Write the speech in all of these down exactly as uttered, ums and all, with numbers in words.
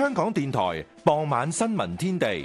香港電台傍晚新聞天地。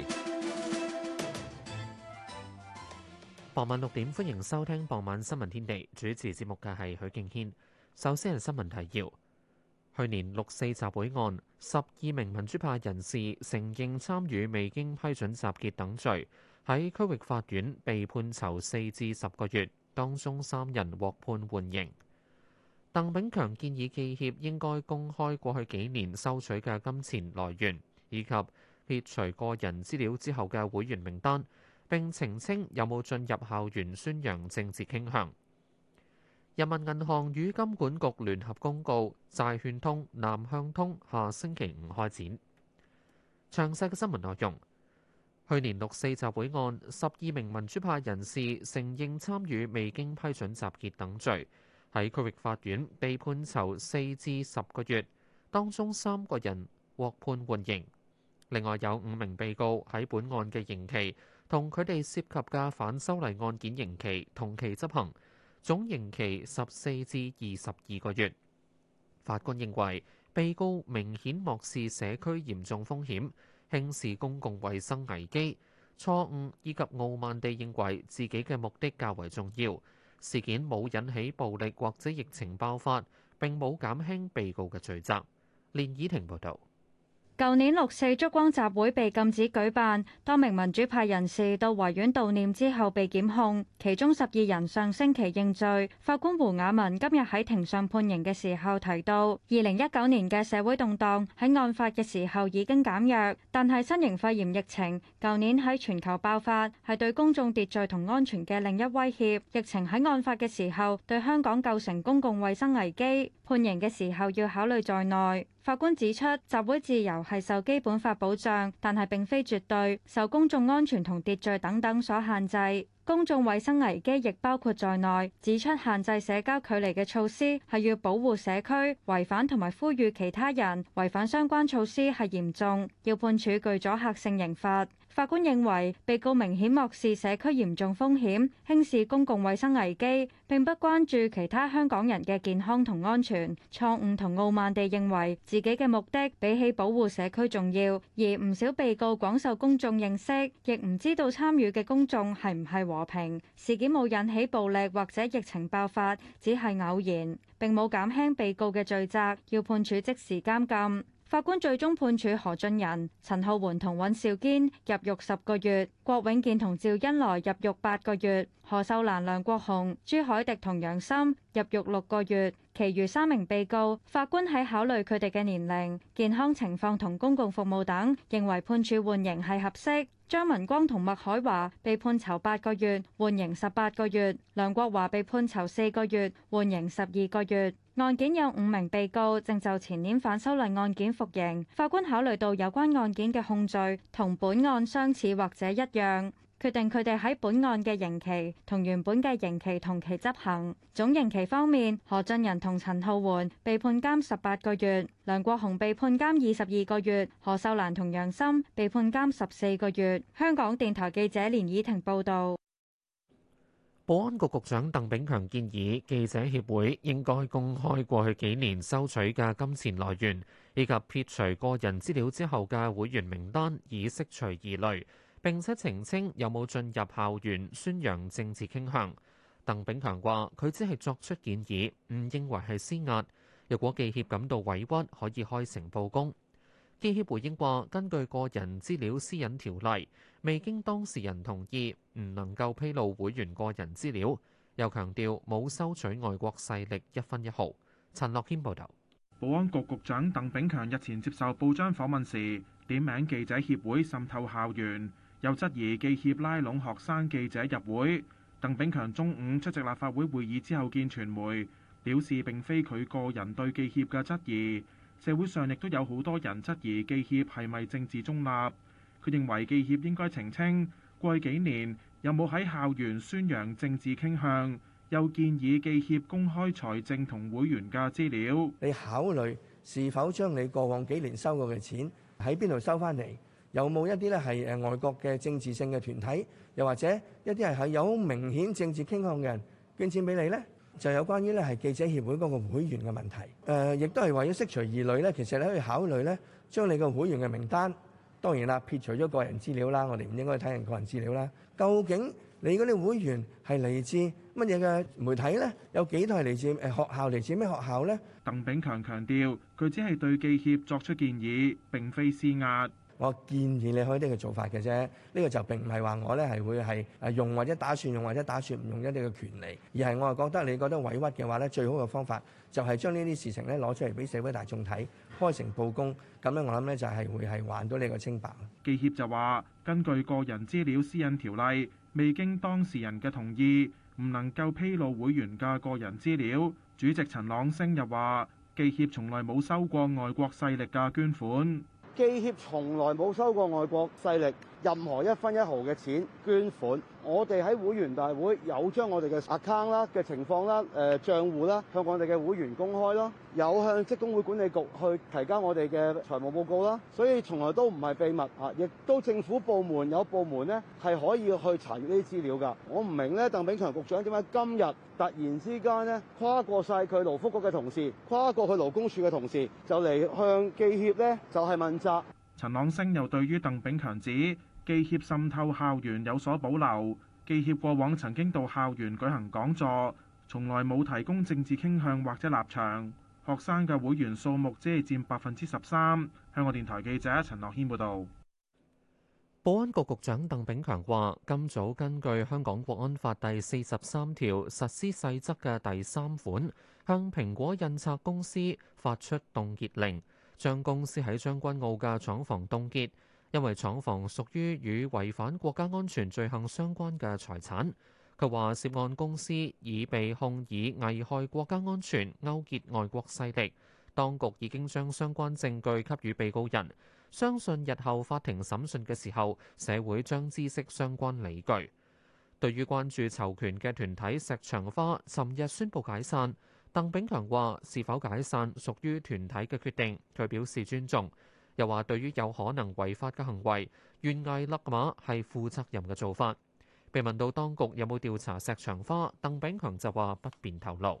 傍晚六點，歡迎收聽傍晚新聞天地。主持節目嘅係許敬軒。首先係新聞提要。去年六四集會案，十二名民主派人士承認參與未經批准集結等罪，喺區域法院被判囚四至十個月，當中三人獲判緩刑。鄧炳強建議記協應該公開過去幾年收取嘅金錢來源，以及撇除個人資料之後嘅會員名單，並澄清有冇進入校園宣揚政治傾向。人民銀行與金管局聯合公告，債券通、南向通下星期五開展。詳細嘅新聞內容。去年六四集會案，十二名民主派人士承認參與未經批准集結等罪，喺區域法院被判囚四至十個月，當中三個人獲判緩刑。另外有五名被告喺本案嘅刑期同佢哋涉及嘅反修例案件刑期同期執行，總刑期十四至二十二個月。法官認為被告明顯漠視社區嚴重風險，輕視公共衛生危機，錯誤以及傲慢地認為自己嘅目的較為重要。事件冇引起暴力或者疫情爆發，並冇減輕被告嘅罪責。連倚婷報導。 舊年六四燭光集會被禁止舉辦，多名民主派人士到維園悼念之後被檢控，其中十二人上星期認罪。法官胡雅文今日喺庭上判刑嘅時候提到，二零一九年嘅社會動盪喺案發嘅時候已經減弱，但係新型肺炎疫情舊年喺全球爆發，係對公眾秩序同安全嘅另一威脅。疫情喺案發嘅時候對香港構成公共衛生危機，判刑嘅時候要考慮在內。法官指出，集會自由係受基本法保障，但係並非絕對，受公眾安全同秩序等等所限制。公眾衛生危機亦包括在內，指出限制社交距離嘅措施係要保護社區，違反同埋呼籲其他人違反相關措施係嚴重，要判處具阻嚇性刑罰。法官認為被告明顯漠視社區嚴重風險，輕視公共衛生危機，並不關注其他香港人嘅健康同安全，錯誤同傲慢地認為自己嘅目的比起保護社區重要。而唔少被告廣受公眾認識，亦唔知道參與嘅公眾係唔係和平。事件冇引起暴力或者疫情爆發，只係偶然，並冇減輕被告嘅罪責，要判處即時監禁。法官最終判處何俊仁、陳皓桓同尹兆堅入獄十個月，郭永健同趙恩來入獄八個月，何秀蘭、梁國雄、朱凱迪同楊森入獄六個月。其餘三名被告，法官喺考慮佢哋嘅年齡、健康情況同公共服務等，認為判處緩刑係合適。張文光同麥海華被判囚八個月，緩刑十八個月；梁國華被判囚四個月，緩刑十二個月。案件有五名被告正就前年反修例案件服刑，法官考慮到有關案件嘅控罪同本案相似或者一樣，決定佢哋喺本案嘅刑期同原本嘅刑期同期執行。總刑期方面，何俊仁同陳皓桓被判監十八個月，梁國雄被判監二十二個月，何秀蘭同楊森被判監十四個月。香港電台記者連倚婷報導。 保安局局長鄧炳強建議記者協會應該公開過去幾年收取嘅金錢來源，以及撇除個人資料之後嘅會員名單，以釋除疑慮。並且澄清有冇進入校園宣揚政治傾向。鄧炳強話：佢只係作出建議，唔認為係施壓。若果記協感到委屈，可以開誠佈公。記協回應話：根據個人資料私隱條例，未經當事人同意，唔能夠披露會員個人資料。又強調冇收取外國勢力一分一毫。陳樂軒報導。 保安局局長鄧炳強日前接受報章訪問時，點名記者協會滲透校園，又質疑記協拉攏學生記者入會。鄧炳強中午出席立法會會議之後見傳媒，表示並非佢個人對記協嘅質疑，社會上亦都有好多人質疑記協係咪政治中立。佢認為記協應該澄清過去幾年有冇喺校園宣揚政治傾向，又建議記協公開財政同會員嘅資料。 你考慮是否將你過往幾年收過嘅錢喺邊度收翻嚟？有冇一啲咧係誒外國嘅政治性嘅團體，又或者一啲係係有明顯政治傾向嘅人捐錢俾你呢？ 就有關於咧係記者協會嗰個會員嘅問題。誒、呃，亦都係為咗釋除疑慮咧，其實你可以考慮咧，將你個會員嘅名單，當然啦，撇除咗個人資料啦，我哋唔應該睇人個人資料啦。究竟你嗰啲會員係嚟自乜嘢嘅媒體咧？有幾多係嚟自誒學校？嚟自咩學校咧？ 鄧炳強強調，佢只係對記協作出建議，並非施壓。 我建議你可以呢個做法嘅啫，呢、這個就並唔係話我咧係會係誒用或者打算用或者打算唔用一啲嘅權利，而係我係覺得你覺得委屈嘅話咧，最好嘅方法就係將呢啲事情咧攞出嚟俾社會大眾睇，開誠佈公，咁樣我諗咧就係會係還到呢個清白。 記協就話，根據個人資料私隱條例，未經當事人嘅同意，唔能夠披露會員嘅個人資料。主席陳朗昇又話，記協從來冇收過外國勢力嘅捐款。 記協從來冇收過外國勢力任何一分一毫嘅錢捐款。我哋喺會員大會有將我哋嘅 account 啦嘅情況啦、誒帳戶啦，向我哋嘅會員公開咯，有向職工會管理局去提交我哋嘅財務報告啦，所以從來都唔係秘密啊！亦都政府部門有部門呢係可以去查閱呢啲資料㗎。我唔明呢，鄧炳強局長點解今日突然之間呢跨過晒佢勞福局嘅同事，跨過佢勞工處嘅同事，就嚟向記協呢就係問責。 陳朗昇又對於鄧炳強指記協滲透校園有所保留，記協過往曾經到校園舉行講座，從來冇提供政治傾向或者立場。學生嘅會員數目只係佔百分之十三。香港電台記者陳樂軒報導。 保安局局長鄧炳強話：今早根據香港國安法第四十三條實施細則嘅第三款，向蘋果印刷公司發出凍結令，將公司喺將軍澳嘅廠房凍結。因為廠房屬於與違反國家安全罪行相關嘅財產，佢話涉案公司已被控以危害國家安全、勾結外國勢力，當局已經將相關證據給予被告人，相信日後法庭審訊嘅時候，社會將知悉相關理據。對於關注囚權嘅團體石牆花，尋日宣布解散，鄧炳強話是否解散屬於團體嘅決定，佢表示尊重。又話對於有可能違法嘅行為，懸崖勒馬係負責任嘅做法。被問到當局有冇調查石牆花，鄧炳強就話不便透露。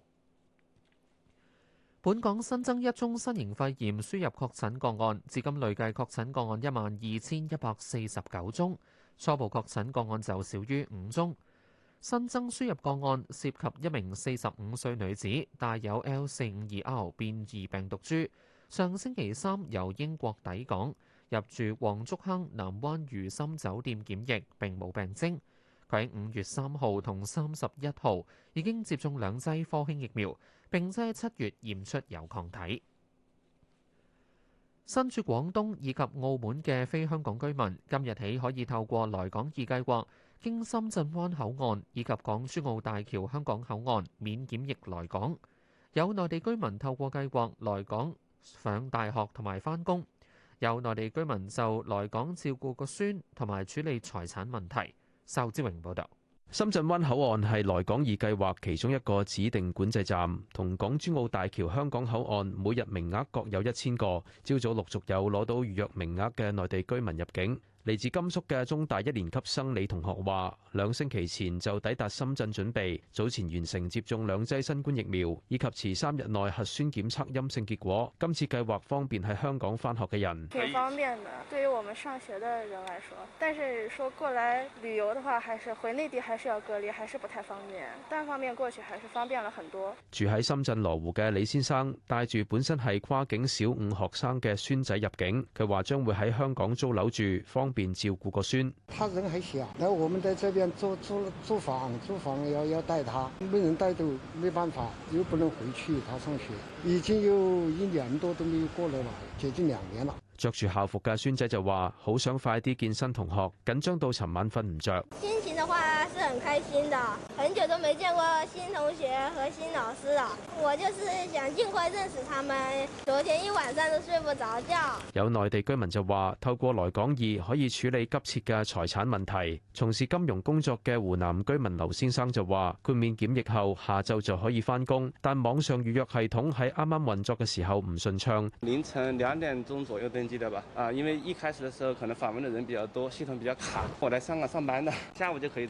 本港新增一宗新型肺炎輸入確診個案，至今累計確診個案一萬二千一百四十九宗，初步確診個案就少於五宗。新增輸入個案涉及一名四十五歲女子，帶有 L 四五二 R 變異病毒株。上星期三由英國抵港，入住黃竹坑南灣如心酒店檢疫，並冇病徵。佢喺五月三號同三十一號已經接種兩劑科興疫苗，並且喺七月驗出有抗體。身處廣東以及澳門嘅非香港居民，今日起可以透過來港易計劃，經深圳灣口岸以及港珠澳大橋香港口岸免檢疫來港。有內地居民透過計劃來港上大學同埋返工，有內地居民就來港照顧個孫同埋處理財產問題。邵之榮報導。 深圳灣口岸係來港易計劃其中一個指定管制站，同港珠澳大橋香港口岸每日名額各有一千個。朝早陸續有攞到預約名額嘅內地居民入境。嚟自甘肅嘅中大一年級生李同學話，兩星期前就抵達深圳準備，早前完成接種兩劑新冠疫苗，以及持三日內核酸檢測陰性結果。今次計劃方便喺香港返學嘅人， 挺方便的，對於我們上學的人來說。但是說過來旅遊的話，還是回內地還是要隔離，還是不太方便。單方面過去還是方便了很多。住喺深圳羅湖嘅李先生帶住本身係跨境小五學生嘅孫仔入境，佢話將會喺香港租樓住，方便照顧個孫。 他人還小，那我們在這邊租租租房，租房要要帶他，沒人帶都沒辦法，又不能回去他上學，已經有一年多都沒有過來了，接近兩年了。 着住校服嘅孫仔就話：好想快啲見新同學，緊張到尋晚瞓唔着。 心情的話是很開心的，很久都沒見過新同學和新老師了。我就是想盡快認識他們，昨天一晚上都睡不着覺。 有內地居民就話：透過來港易可以處理急切嘅財產問題。從事金融工作嘅湖南居民劉先生就話：豁免檢疫後下晝就可以返工，但網上預約系統喺啱啱運作嘅時候唔順暢。 凌晨兩點鐘左右登記的吧？啊，因為一開始的時候可能訪問的人比較多，系統比較卡。我來香港上班的，下午就可以直接去香港。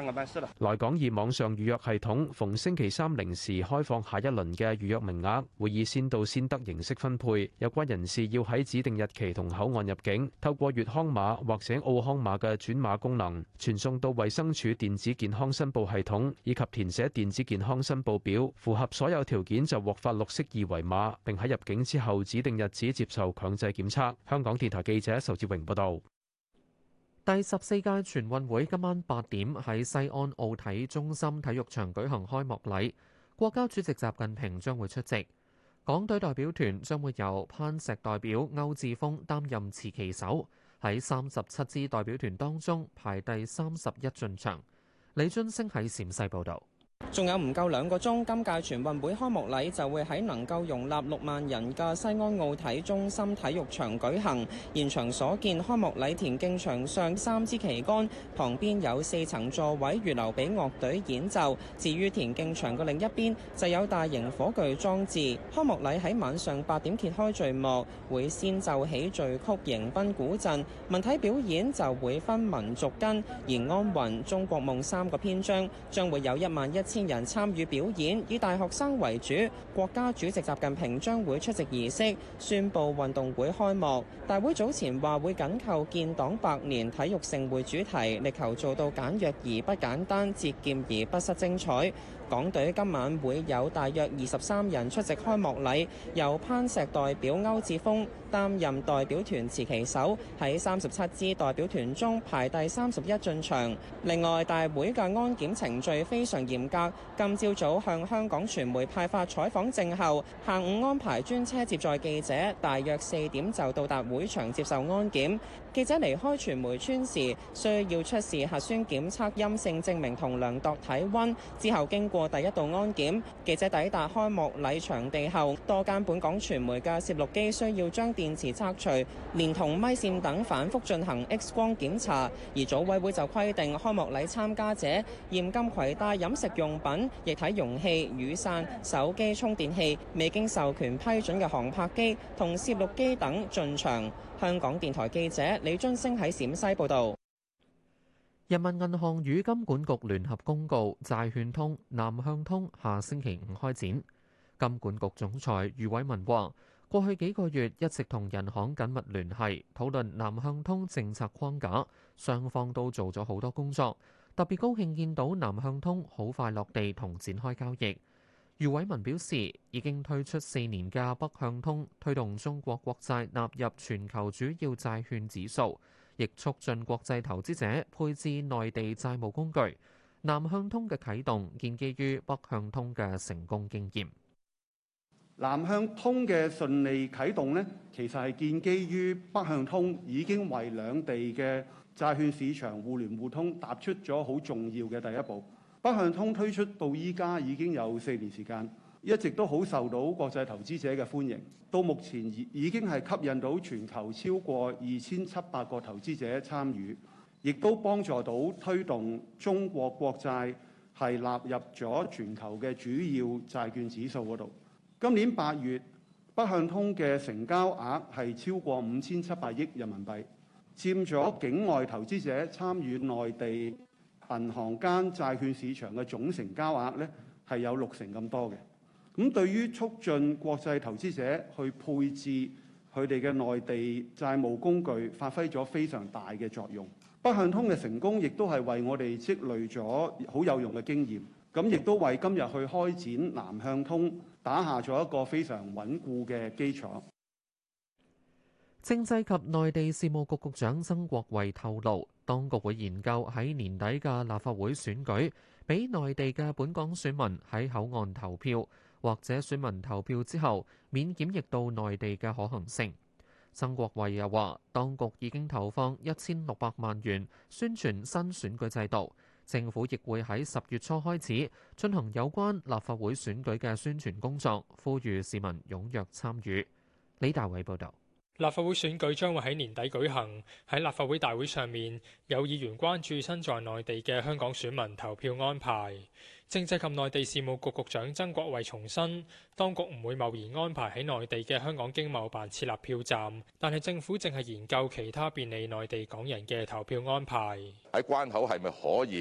個班師啦。 來港易網上預約系統逢星期三零時開放下一輪嘅預約名額，會以先到先得形式分配。有關人士要喺指定日期同口岸入境，透過粵康碼或者澳康碼嘅轉碼功能，傳送到衛生署電子健康申報系統，以及填寫電子健康申報表，符合所有條件就獲發綠色二維碼，並喺入境之後指定日子接受強制檢測。香港電台記者仇志榮報道。 第十四屆全運會今晚八點喺西安奧體中心體育場舉行開幕禮，國家主席習近平將會出席。港隊代表團將會由攀石代表歐志峰擔任持旗手，喺三十七支代表團當中排第三十一進場。李津星喺陝西報導。 仲有唔夠兩個鐘，今屆全運會開幕禮就會喺能夠容納六萬人嘅西安奧體中心體育場舉行。現場所見，開幕禮田徑場上三支旗杆，旁邊有四層座位預留俾樂隊演奏。至於田徑場嘅另一邊，就有大型火炬裝置。開幕禮喺晚上八點揭開序幕，會先奏起序曲迎賓古鎮，文體表演就會分民族根、延安魂、中國夢三個篇章，將會有一萬一千人參與表演，以大學生為主。國家主席習近平將會出席儀式，宣布運動會開幕。大會早前話會緊扣建黨百年體育盛會主題，力求做到簡約而不簡單，節儉而不失精彩。港隊今晚會有大約二十三人出席開幕禮，由攀石代表歐志峰擔任代表團持旗手，喺三十七支代表團中排第三十一進場。另外，大會嘅安檢程序非常嚴格，今朝早向香港傳媒派發採訪證後，下午安排專車接載記者，大約四點就到達會場接受安檢。記者離開傳媒村時，需要出示核酸檢測陰性證明同量度體溫，之後經過第一道安檢。記者抵達開幕禮場地後，多間本港傳媒嘅攝錄機需要將電池拆除，連同咪線等反覆進行 X 光檢查。而組委會就規定，開幕禮參加者嚴禁攜帶飲食用品、液體容器、雨傘、手機充電器、未經授權批准嘅航拍機同攝錄機等進場。香港電台記者李津星喺陝西報導。 人民銀行與金管局聯合公告，債券通、南向通下星期五開展。金管局總裁余偉文話：過去幾個月一直同人行緊密聯繫，討論南向通政策框架，雙方都做咗好多工作。特別高興見到南向通好快落地同展開交易。余偉文表示，已經推出四年嘅北向通，推動中國國債納入全球主要債券指數，亦促進國際投資者配置內地債務工具。南向通嘅啟動建基於北向通嘅成功經驗。 南向通嘅順利啟動呢，其實係建基於北向通已經為兩地嘅債券市場互聯互通踏出咗好重要嘅第一步。北向通推出到依家已經有四年時間，一直都好受到國際投資者嘅歡迎。到目前已已經係吸引到全球超過二千七百個投資者參與，亦都幫助到推動中國國債係納入咗全球嘅主要債券指數嗰度。今年八月，北向通嘅成交額係超過五千七百億人民幣，佔咗境外投資者參與內地銀行間債券市場嘅總成交額咧，係有六成咁多嘅。咁對於促進國際投資者去配置佢哋嘅內地債務工具，發揮咗非常大嘅作用。北向通嘅成功，亦都係為我哋積累咗好有用嘅經驗。咁亦都為今日去開展南向通打下咗一個非常穩固嘅基礎。 政制及內地事務局局長曾國衛透露，當局會研究喺年底嘅立法會選舉，俾內地嘅本港選民喺口岸投票，或者選民投票之後免檢疫到內地嘅可行性。曾國衛又話，當局已經投放一千六百萬元宣傳新選舉制度，政府亦會喺十月初開始進行有關立法會選舉嘅宣傳工作，呼籲市民踴躍參與。李大偉報導。 立法會選舉將會喺年底舉行，喺立法會大會上面，有議員關注身在內地嘅香港選民投票安排。政制及內地事務局局長曾國衛重申，當局唔會貿然安排喺內地嘅香港經貿辦設立票站，但係政府正係研究其他便利內地港人嘅投票安排。 喺關口係咪可以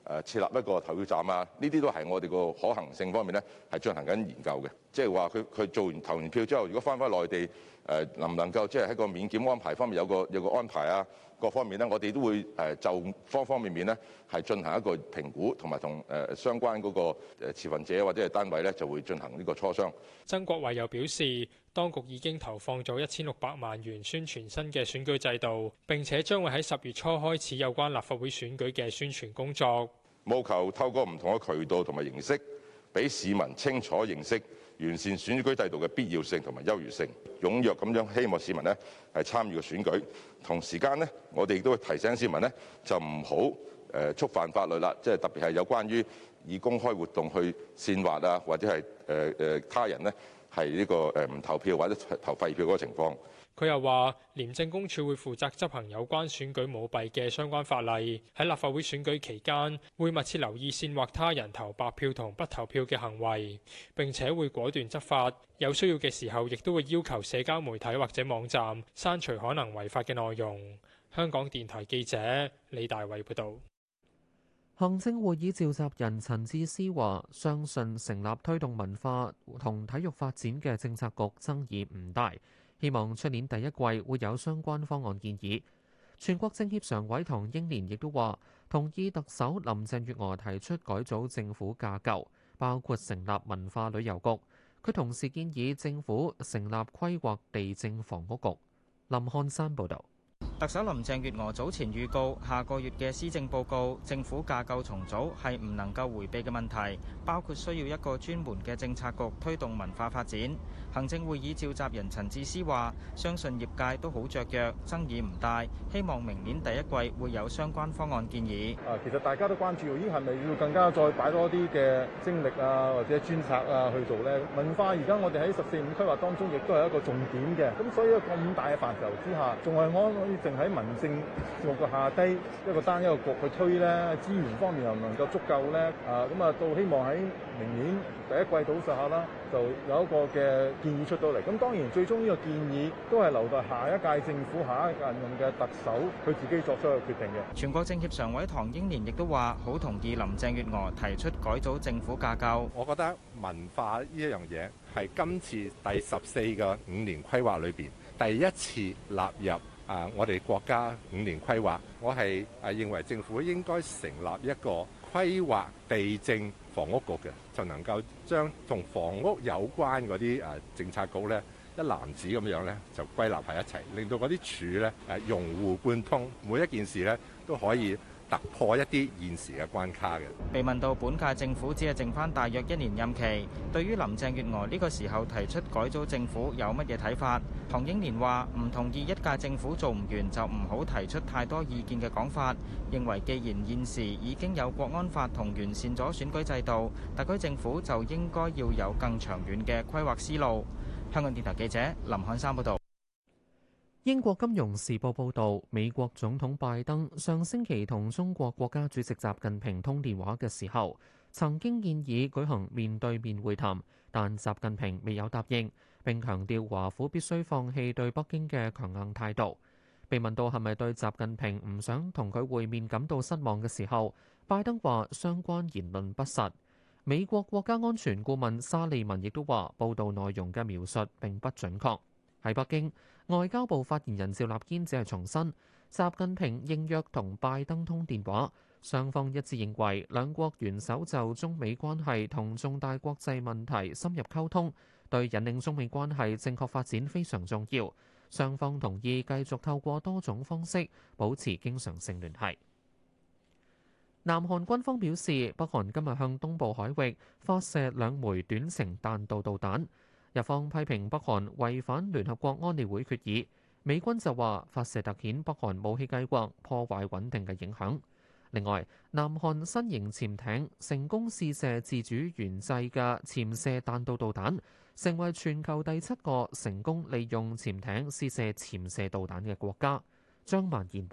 誒設立一個投票站啊，呢啲都係我哋個可行性方面咧係進行緊研究嘅。即係話佢佢做完投完票之後，如果翻返內地誒能唔能夠即係喺個免檢安排方面有個有個安排啊？各方面呢，我哋都會誒就方方面面呢係進行一個評估，同埋同誒相關嗰個誒持份者或者係單位呢就會進行呢個磋商。 曾國衛又表示，當局已經投放咗一千六百萬元宣傳新嘅選舉制度，並且將會喺十月初開始有關立法會選舉嘅宣傳工作， 務求透過唔同嘅渠道同埋形式，俾市民清楚認識完善選舉制度嘅必要性同埋優越性，踴躍咁樣希望市民呢係參與個選舉。同時間呢，我哋亦都會提醒市民呢，就唔好誒觸犯法律啦，即係特別係有關於以公開活動去煽惑啊，或者係誒誒他人呢係呢個誒唔投票或者投廢票嗰個情況。 佢又話，廉政公署會負責執行有關選舉舞弊嘅相關法例。喺立法會選舉期間，會密切留意煽惑他人投白票同不投票嘅行為，並且會果斷執法。有需要嘅時候，亦都會要求社交媒體或者網站刪除可能違法嘅內容。香港電台記者李大偉報導。 行政會議召集人陳智思話：相信成立推動文化同體育發展嘅政策局爭議唔大。希望出年第一季會有相關方案建議。全國政協常委唐英年亦都話同意特首林鄭月娥提出改組政府架構，包括成立文化旅遊局。佢同時建議政府成立規劃地政房屋局。林漢山報導。 特首林鄭月娥早前預告，下個月嘅施政報告，政府架構重組係唔能夠迴避嘅問題，包括需要一個專門嘅政策局推動文化發展。行政會議召集人陳智思話：相信業界都好雀躍，爭議唔大，希望明年第一季會有相關方案建議。 啊，其實大家都關注，咦係咪要更加再擺多啲嘅精力啊，或者專策啊去做呢？文化而家我哋喺十四五規劃當中，亦都係一個重點嘅。咁所以咁大嘅範疇之下，仲係可可以淨喺民政事務嘅下低一個單一個局去推咧，資源方面又唔能夠足夠咧。啊，咁啊，到希望喺明年第一季度上下啦，就有一個嘅建議出到嚟。咁當然最終呢個建議都係留待下一屆政府、下一屆任嘅特首佢自己作出嘅決定嘅。 全國政協常委唐英年亦都話好同意林鄭月娥提出改組政府架構。 我覺得文化呢一樣嘢係今次第十四個五年規劃裏邊第一次納入啊！我哋國家五年規劃，我係誒認為政府應該成立一個規劃地政房屋局嘅，就能夠將同房屋有關嗰啲誒政策局咧一籃子咁樣咧就歸納喺一齊，令到嗰啲柱咧誒融會貫通，每一件事咧都可以突破一啲現時嘅關卡嘅。 被問到本屆政府只係剩翻大約一年任期，對於林鄭月娥呢個時候提出改組政府有乜嘢睇法？唐英年話唔同意一屆政府做唔完就唔好提出太多意見嘅講法，認為既然現時已經有國安法同完善咗選舉制度，特區政府就應該要有更長遠嘅規劃思路。香港電台記者林漢山報導。 英國金融時報報導，美國總統拜登上星期同中國國家主席習近平通電話嘅時候，曾經建議舉行面對面會談，但習近平未有答應，並強調華府必須放棄對北京嘅強硬態度。被問到係咪對習近平唔想同佢會面感到失望嘅時候，拜登話相關言論不實。美國國家安全顧問沙利文亦都話報道內容嘅描述並不準確。喺北京，外交部發言人趙立堅只係重申，習近平應約同拜登通電話，雙方一致認為兩國元首就中美關係同重大國際問題深入溝通，對引領中美關係正確發展非常重要。雙方同意繼續透過多種方式保持經常性聯繫。南韓軍方表示，北韓今日向東部海域發射兩枚短程彈道導彈。日方批評北韓違反聯合國安理會決議，美軍就話發射突顯北韓武器計劃破壞穩定嘅影響。另外，南韓新型潛艇成功試射自主研製嘅潛射彈道導彈，成為全球第七個成功利用潛艇試射潛射導彈嘅國家。張萬燕報導。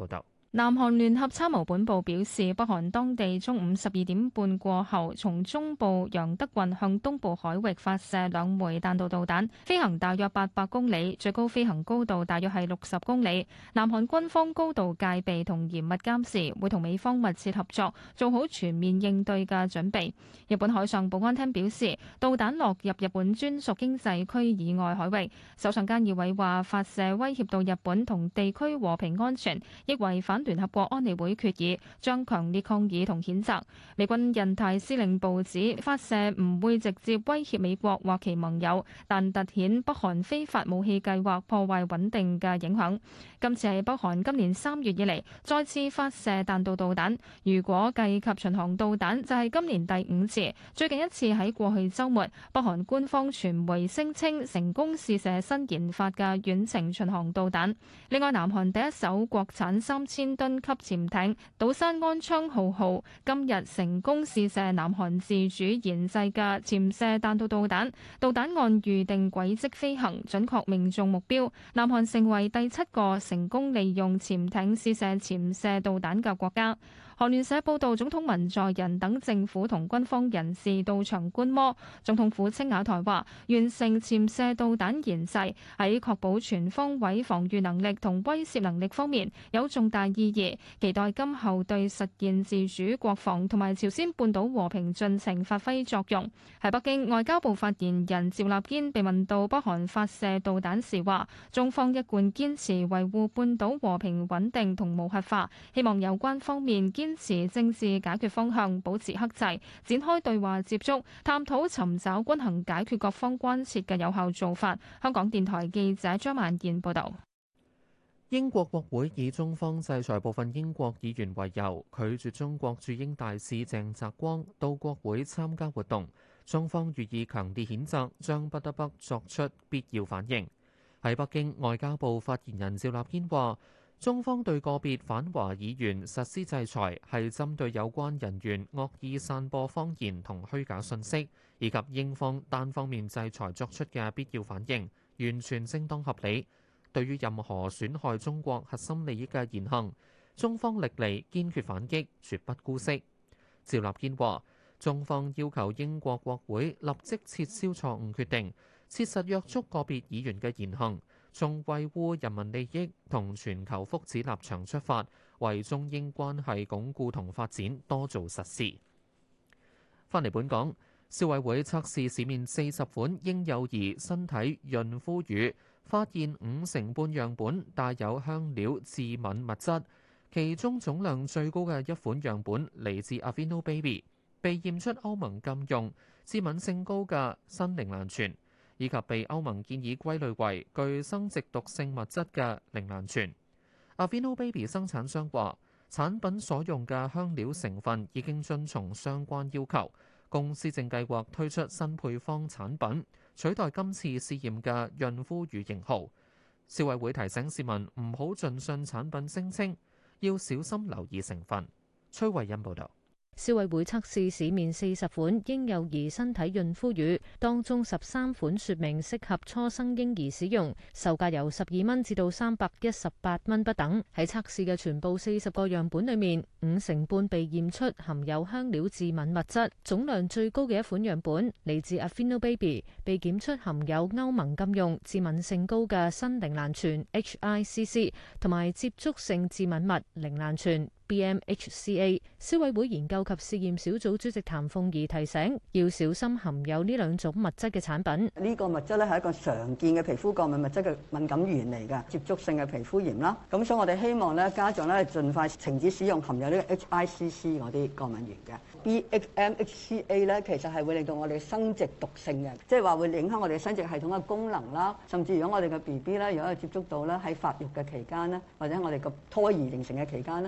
南韓聯合參謀本部表示，北韓當地中午十二點半過後，從中部楊德郡向東部海域發射兩枚彈道導彈，飛行大約八百公里，最高飛行高度大約係六十公里。南韓軍方高度戒備同嚴密監視，會同美方密切合作，做好全面應對嘅準備。日本海上保安廳表示，導彈落入日本專屬經濟區以外海域。首相菅義偉話，發射威脅到日本同地區和平安全，亦違反聯合國安理會決議，將強烈抗議同譴責。美軍印太司令部指發射唔會直接威脅美國或其盟友，但凸顯北韓非法武器計劃破壞穩定嘅影響。今次係北韓今年三月以嚟再次發射彈道導彈，如果計及巡航導彈，就係今年第五次。最近一次喺過去週末，北韓官方傳媒聲稱成功試射新研發嘅遠程巡航導彈。另外，南韓第一艘國產三千噸級潛艇島山安昌浩號今日成功試射南韓自主研製嘅潛射彈道導彈，導彈按預定軌跡飛行，準確命中目標。南韓成為第七個成功利用潛艇試射潛射導彈嘅國家。韓聯社報道，總統文在寅等政府同軍方人士到場觀摩。總統府青瓦台話，完成潛射導彈研製喺確保全方位防禦能力同威懾能力方面有重大意義，期待今後對實現自主國防同埋朝鮮半島和平進程發揮作用。喺北京，外交部發言人趙立堅被問到北韓發射導彈時話，中方一貫堅持維護半島和平穩定同無核化，希望有關方面堅堅持政治解決方向，保持克制，展開對話接觸，探討尋找均衡解決各方關切嘅有效做法。香港電台記者張曼燕報導。 英國國會以中方制裁部分英國議員為由，拒絕中國駐英大使鄭澤光到國會參加活動。中方予以強烈譴責，將不得不作出必要反應。喺北京，外交部發言人趙立堅話，中方對個別反華議員實施制裁，係針對有關人員惡意散播謊言同虛假信息，以及英方單方面制裁作出嘅必要反應，完全正當合理。對於任何損害中國核心利益嘅言行，中方歷嚟堅決反擊，絕不姑息。趙立堅話，中方要求英國國會立即撤銷錯誤決定，切實約束個別議員嘅言行，從維護人民利益同全球福祉立場出發，為中英關係鞏固同發展多做實事。返嚟本港，消委會測試市面四十款嬰幼兒身體潤膚乳，發現五成半樣本帶有香料致敏物質，其中總量最高嘅一款樣本嚟自 Aveeno Baby， 被驗出歐盟禁用、致敏性高嘅新鈴蘭醛，以及被歐盟建議歸類為具生殖毒性物質嘅鈴蘭醛。Aveeno Baby 生產商話，產品所用嘅香料成分已經遵從相關要求，公司正計劃推出新配方產品，取代今次試驗嘅潤膚乳型號。消委會提醒市民唔好盡信產品聲稱，要小心留意成分。崔慧欣報導。 消委會測試市面四十款嬰幼兒身體潤膚乳，當中十三款說明適合初生嬰兒使用，售價由十二蚊至到三百一十八蚊不等。喺測試嘅全部四十個樣本裏面，五成半被驗出含有香料致敏物質，總量最高嘅一款樣本嚟自 Aveeno Baby， 被檢出含有歐盟禁用、致敏性高嘅新鈴蘭醛 H I C C 同埋接觸性致敏物鈴蘭醛 B M H C A。 消委會研究及試驗小組主席譚鳳儀提醒，要小心含有呢兩種物質嘅產品。 呢個物質咧係一個常見嘅皮膚過敏物質嘅敏感源嚟嘅，接觸性嘅皮膚炎啦。咁所以我哋希望咧家長咧盡快停止使用含有呢個 H I C C 嗰啲過敏源嘅。B M H C A 咧其實係會令到我哋生殖毒性嘅，即係話會影響我哋生殖系統嘅功能啦。甚至如果我哋嘅 B B 咧，如果係接觸到咧喺發育嘅期間咧，或者我哋個胎兒形成嘅期間咧，都可能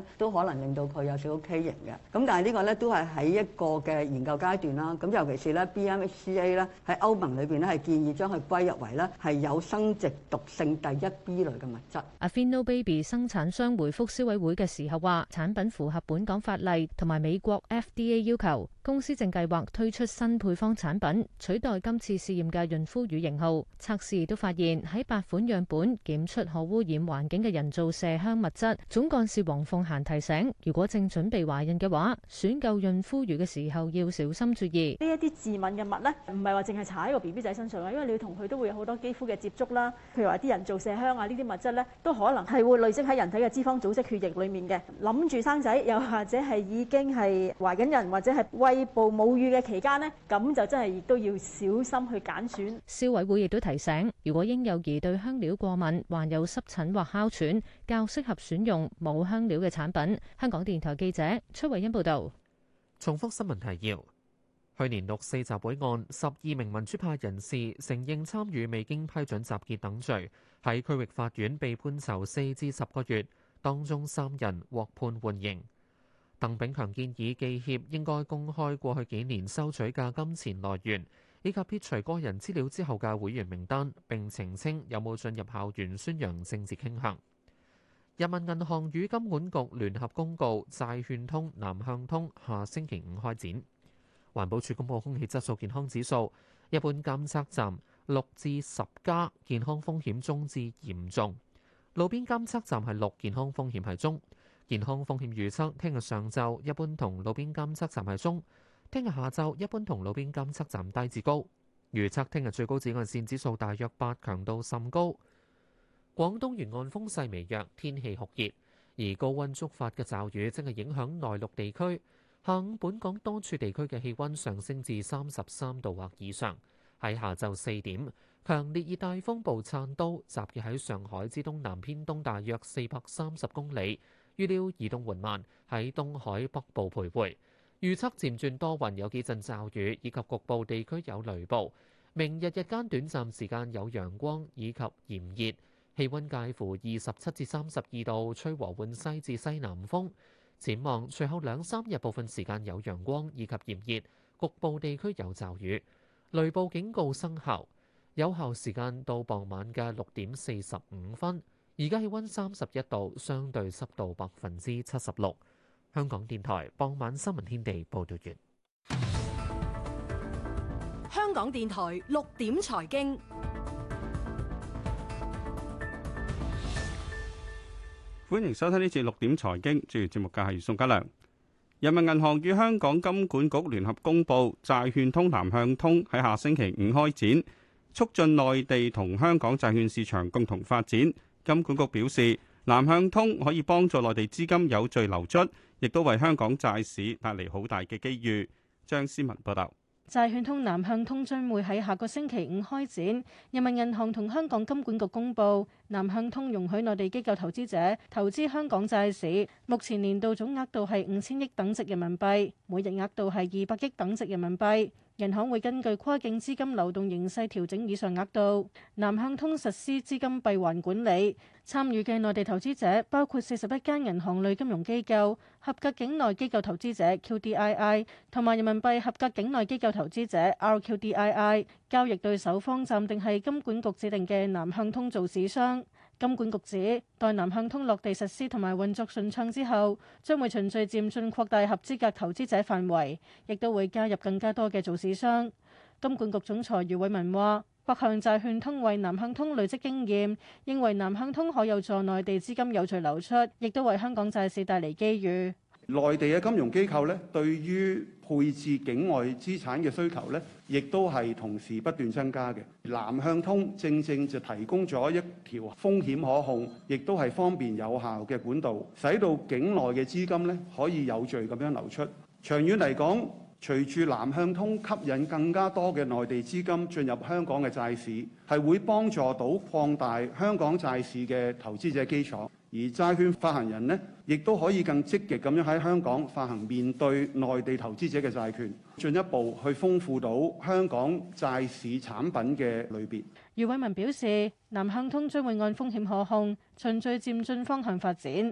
能令到佢有少少畸形嘅。咁但係呢個咧都係喺一個嘅研究階段啦。咁尤其是咧 B M H C A 咧喺歐盟裏邊咧係建議將佢歸入為咧係有生殖毒性第一 B 類嘅物質。 Aveeno Baby 生產商回覆消委會嘅時候話，產品符合本港法例同埋美國 F D A 要求，公司正計劃推出新配方產品取代今次試驗嘅潤膚乳型號。測試亦都發現喺八款樣本檢出可污染環境嘅人造麝香物質。總幹事黃鳳嫻提醒，如果正準備懷孕嘅話，選購潤膚乳嘅時候要小心注意。 呢一啲致敏嘅物呢，唔係話淨係搽喺個 B B 仔身上啦，因為你要同佢都會有好多肌膚嘅接觸啦。譬如話啲人造麝香啊，呢啲物質呢，都可能係會累積喺人體嘅脂肪組織、血液裡面嘅。諗住生仔，又或者係已經係懷緊人，或者係餵哺母乳嘅期間呢，咁就真係亦都要小心去揀選。 消委會亦都提醒，如果嬰幼兒對香料過敏、患有濕疹或哮喘，較適合選用冇香料嘅產品。香港電台記者崔慧欣報道。 重複新聞提要：去年六四集會案，十二名民主派人士承認參與未經批准集結等罪，喺區域法院被判囚四至十個月，當中三人獲判緩刑。鄧炳強建議記協應該公開過去幾年收取嘅金錢來源，以及撇除個人資料之後嘅會員名單，並澄清有冇進入校園宣揚政治傾向。人民銀行與金管局聯合公告，債券通南向通下星期五開展。環保署公布空氣質素健康指數，一般監測站六至十加，健康風險中至嚴重；路邊監測站係六，健康風險係中。健康風險預測，聽日上晝一般同路邊監測站係中，聽日下晝一般同路邊監測站低至高。預測聽日最高紫外線指數大約八，強度甚高。廣東沿岸風勢微弱，天氣酷熱，而高溫觸發嘅驟雨正係影響內陸地區。下午本港多處地區嘅氣溫上升至三十三度或以上。喺下晝四點，強烈熱帶風暴燦都集結喺上海之東南偏東大約四百三十公里，預料移動緩慢，喺東海北部徘徊。預測漸轉多雲，有幾陣驟雨，以及局部地區有雷暴。明日日間短暫時間有陽光以及炎熱，氣溫介乎二十七至三十二度，吹和緩西至西南風。展望隨後兩三日部分時間有陽光以及炎熱，局部地區有驟雨，雷暴警告生效，有效時間到傍晚嘅六點四十五分。而家氣溫三十一度，相對濕度百分之七十六。香港電台傍晚新聞天地報道完。 香港電台六點財經， 歡迎收聽呢節六點財經。主持節目嘅係宋家良。人民銀行與香港金管局聯合公布，債券通南向通喺下星期五開展，促進內地同香港債券市場共同發展。金管局表示，南向通可以幫助內地資金有序流出，亦都為香港債市帶嚟好大嘅機遇。張思文報道。 債券通南向通將會喺下個星期五開展。人民銀行同香港金管局公布，南向通容許內地機構投資者投資香港債市，目前年度總額度係五千億等值人民幣，每日額度係二百億等值人民幣。銀行會根據跨境資金流動形勢調整以上額度。南向通實施資金閉環管理，參與嘅內地投資者包括四十一間銀行類金融機構、合格境內機構投資者 Q D I I 同埋人民幣合格境內機構投資者 R Q D I I。交易對手方暫定係金管局指定嘅南向通做市商。金管局指，待南向通落地實施同埋運作順暢之後，將會循序漸進擴大合資格投資者範圍，亦都會加入更加多嘅做市商。金管局總裁余偉文話，北向債券通為南向通累積經驗，認為南向通可有助內地資金有序流出，亦都為香港債市帶嚟機遇。 內地嘅金融機構咧，對於配置境外資產嘅需求咧，亦都係同時不斷增加嘅。南向通正正就提供咗一條風險可控，亦都係方便有效嘅管道，使到境內嘅資金咧可以有序咁樣流出。長遠嚟講，隨住南向通吸引更加多嘅內地資金進入香港嘅債市，係會幫助到擴大香港債市嘅投資者基礎。而債券發行人呢，亦都可以更積極咁樣喺香港發行面對內地投資者嘅債券，進一步去豐富到香港債市產品嘅類別。 余偉文表示，南向通將會按風險可控、循序漸進方向發展。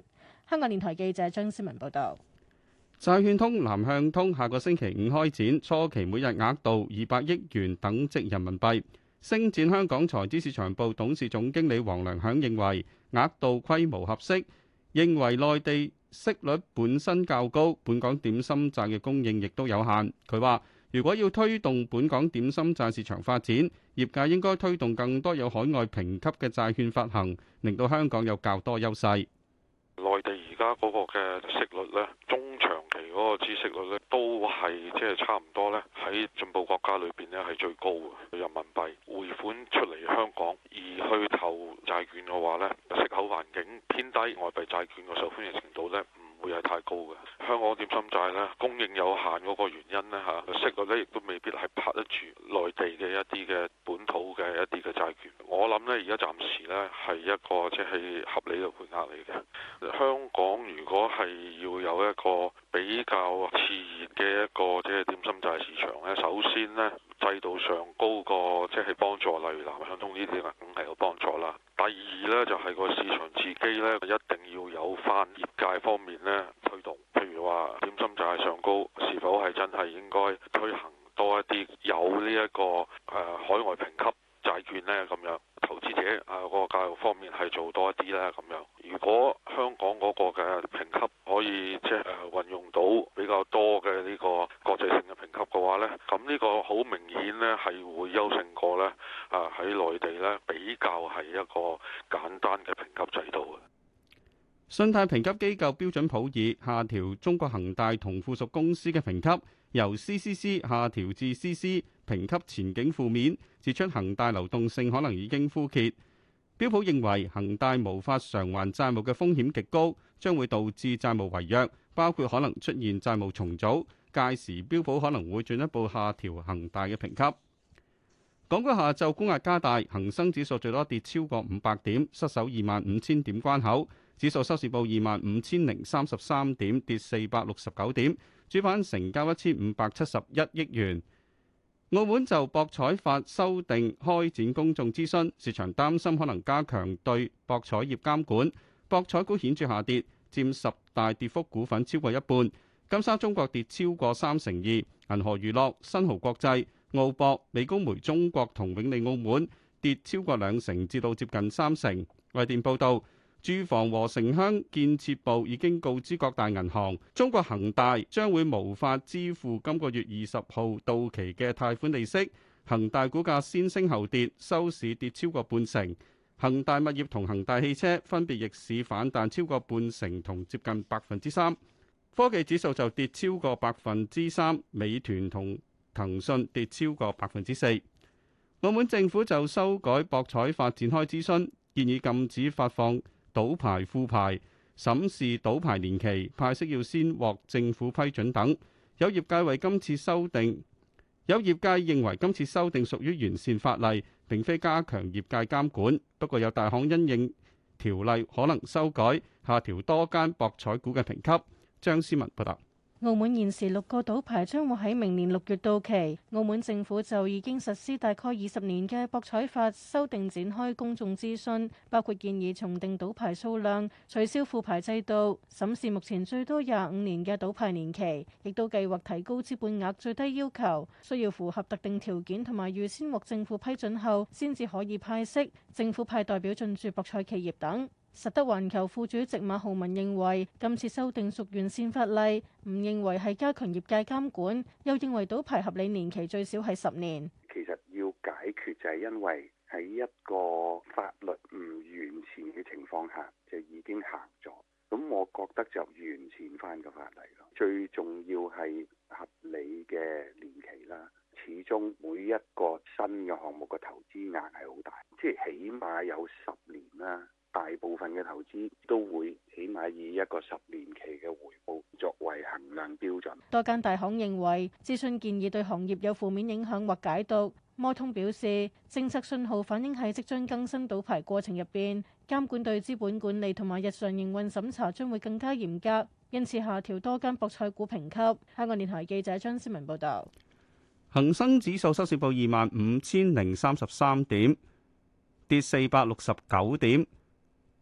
香港電台記者張思文報道。 債券通南向通下個星期五開展，初期每日額度二百億元等值人民幣。星展香港財資市場部董事總經理黃良響認為額度規模合適，認為內地息率本身較高，本港點心債嘅供應亦都有限。佢話如果要推動本港點心債市場發展，業界應該推動更多有海外評級嘅債券發行，令到香港有較多優勢。 內地而家嗰個嘅息率呢，中長期嗰個孳息率呢，都係即係差唔多呢，喺進步國家裏邊呢係最高嘅。人民幣匯款出嚟香港，而去投債券嘅話呢，息口環境偏低，外幣債券嘅受歡迎程度呢唔會係太高嘅。香港點心債呢，供應有限嗰個原因呢，嚇，息率呢亦都未必係拍得住內地嘅一啲嘅本土嘅一啲嘅債券。我諗呢，而家暫時呢係一個即係合理嘅配額嚟嘅。香港如果係要有一個比較熾熱嘅一個即係點心債市場呢，首先呢制度上高過即係幫助，例如南向通呢啲啊，梗係有幫助啦。第二呢，就係個市場自己呢，一定要有翻業界方面呢推動，譬如話點心債上高，是否係真係應該推行多一啲有呢一個誒海外評級債券呢？咁樣投資者啊個教育方面係做多一啲呢？咁樣。如果香港嗰個嘅評級可以即係誒運用到比較多嘅呢個國際性嘅評級嘅話呢，咁呢個好明顯呢係會優勝過呢啊喺內地呢比較係一個簡單嘅評級制度嘅。 信貸評級機構標準普爾下調中國恒大同附屬公司嘅評級，由 C C C 下調至 C C， 評級前景負面，指出恒大流動性可能已經枯竭。標普認為恒大無法償還債務嘅風險極高，將會導致債務違約，包括可能出現債務重組。屆時標普可能會進一步下調恒大嘅評級。港股下晝沽壓加大，恒生指數最多跌超過五百點，失守二萬五千點關口。指數收市報二萬五千零三十三點，跌四百六十九點。主板成交一千五百七十一億元。澳門就博彩法修訂開展公眾諮詢，市場擔心可能加強對博彩業監管，博彩股顯著下跌，佔十大跌幅股份超過一半。金沙中國跌超過三成二，銀河娛樂、新濠國際、澳博、美高梅中國同永利澳門跌超過兩成至到接近三成。外電報道，住房和城鄉建設部已經告知各大銀行，中國恒大將會無法支付今個月二十號到期嘅貸款利息。恒大股價先升後跌，收市跌超過半成。恒大物業同恒大汽車分別逆市反彈超過半成同接近百分之三。科技指數就跌超過百分之三，美團同騰訊跌超過百分之四。澳門政府就修改博彩法展開諮詢，建議禁止發放賭牌副牌、審視賭牌年期、派息要先獲政府批准等。有業界為今次修訂，有業界認為今次修訂屬於完善法例，並非加強業界監管。不過有大行因應條例可能修改，下調多間博彩股嘅評級。張思文報道。 澳門現時六個賭牌將會喺明年六月到期，澳門政府就已經實施大概二十年嘅博彩法修訂展開公眾諮詢，包括建議重定賭牌數量、取消副牌制度、審視目前最多廿五年嘅賭牌年期，亦都計劃提高資本額最低要求，需要符合特定條件同埋預先獲政府批准後先至可以派息，政府派代表進駐博彩企業等。實德環球副主席馬浩文認為今次修訂屬完善法例，唔認為係加強業界監管，又認為賭牌合理年期最少係十年。 其實要解決就係因為喺一個法律唔完善嘅情況下，就已經行咗。咁我覺得就完善翻個法例咯。最重要係合理嘅年期啦。始終每一個新嘅項目嘅投資額係好大，即係起碼有十年啦。大部分嘅投資都會起碼以一個十年期嘅回報作為衡量標準。 多間大行認為諮詢建議對行業有負面影響或解讀。摩通表示，政策信號反映喺即將更新賭牌過程入邊，監管對資本管理同埋日常營運審查將會更加嚴格，因此下調多間博彩股評級。香港電台記者張思文報道。 恒生指數收市報二萬五千零三十三點，跌四百六十九點。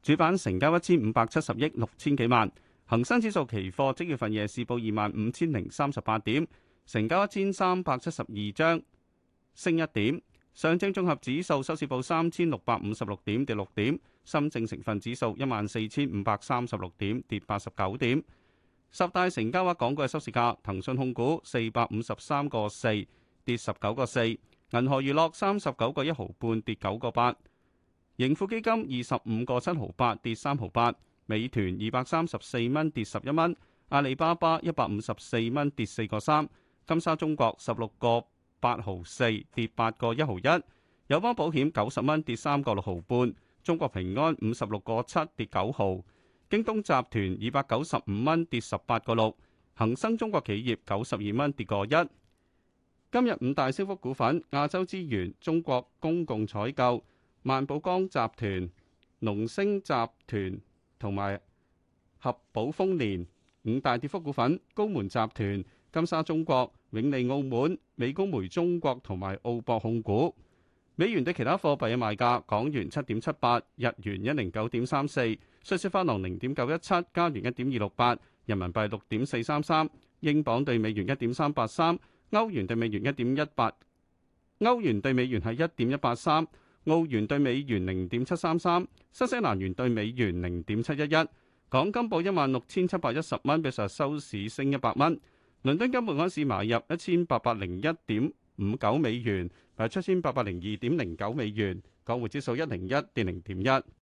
主板成交一千五百七十億六千幾萬。恒生指數期貨即月份夜市報二萬五千零三十八點，成交一千三百七十二張，升一點。上證綜合指數收市報三千六百五十六點，跌六點。深證成分指數一萬四千五百三十六點，跌八十九點。十大成交額港股嘅收市價：騰訊控股四百五十三個四，跌十九個四；銀河娛樂三十九個一毫半，跌九個八；盈富基金二十五個七毫八，跌三毫八；美團二百三十四蚊，跌十一蚊；阿里巴巴一百五十四蚊，跌四個三；金沙中國十六個八毫四，跌八個一毫一；友邦保險九十蚊，跌三個六毫半；中國平安五十六個七，跌九毫。京東集團二百九十五蚊，跌十八個六；恒生中國企業九十二蚊，跌個一。今日五大升幅股份：亞洲資源、中國公共採購、萬寶江集團、農星集團同埋合寶豐年。五大跌幅股份：高門集團、金沙中國、永利澳門、美高梅中國同埋澳博控股。美元對其他貨幣嘅賣價：港元七點七八，日元一零九點三四，瑞士法郎零點九一七，加元一點二六八，人民幣六點四三三，英鎊對美元一點三八三，歐元對美元一點一八，歐元對美元係一點一八三，澳元對美元零點七三三，新西蘭元對美元零點七一一。港金報一萬六千七百一十蚊，比上日收市升一百蚊。倫敦金每盎司買入一千八百零一點五九美元，賣出一千八百零二點零九美元。港匯指數一零一，跌零點一。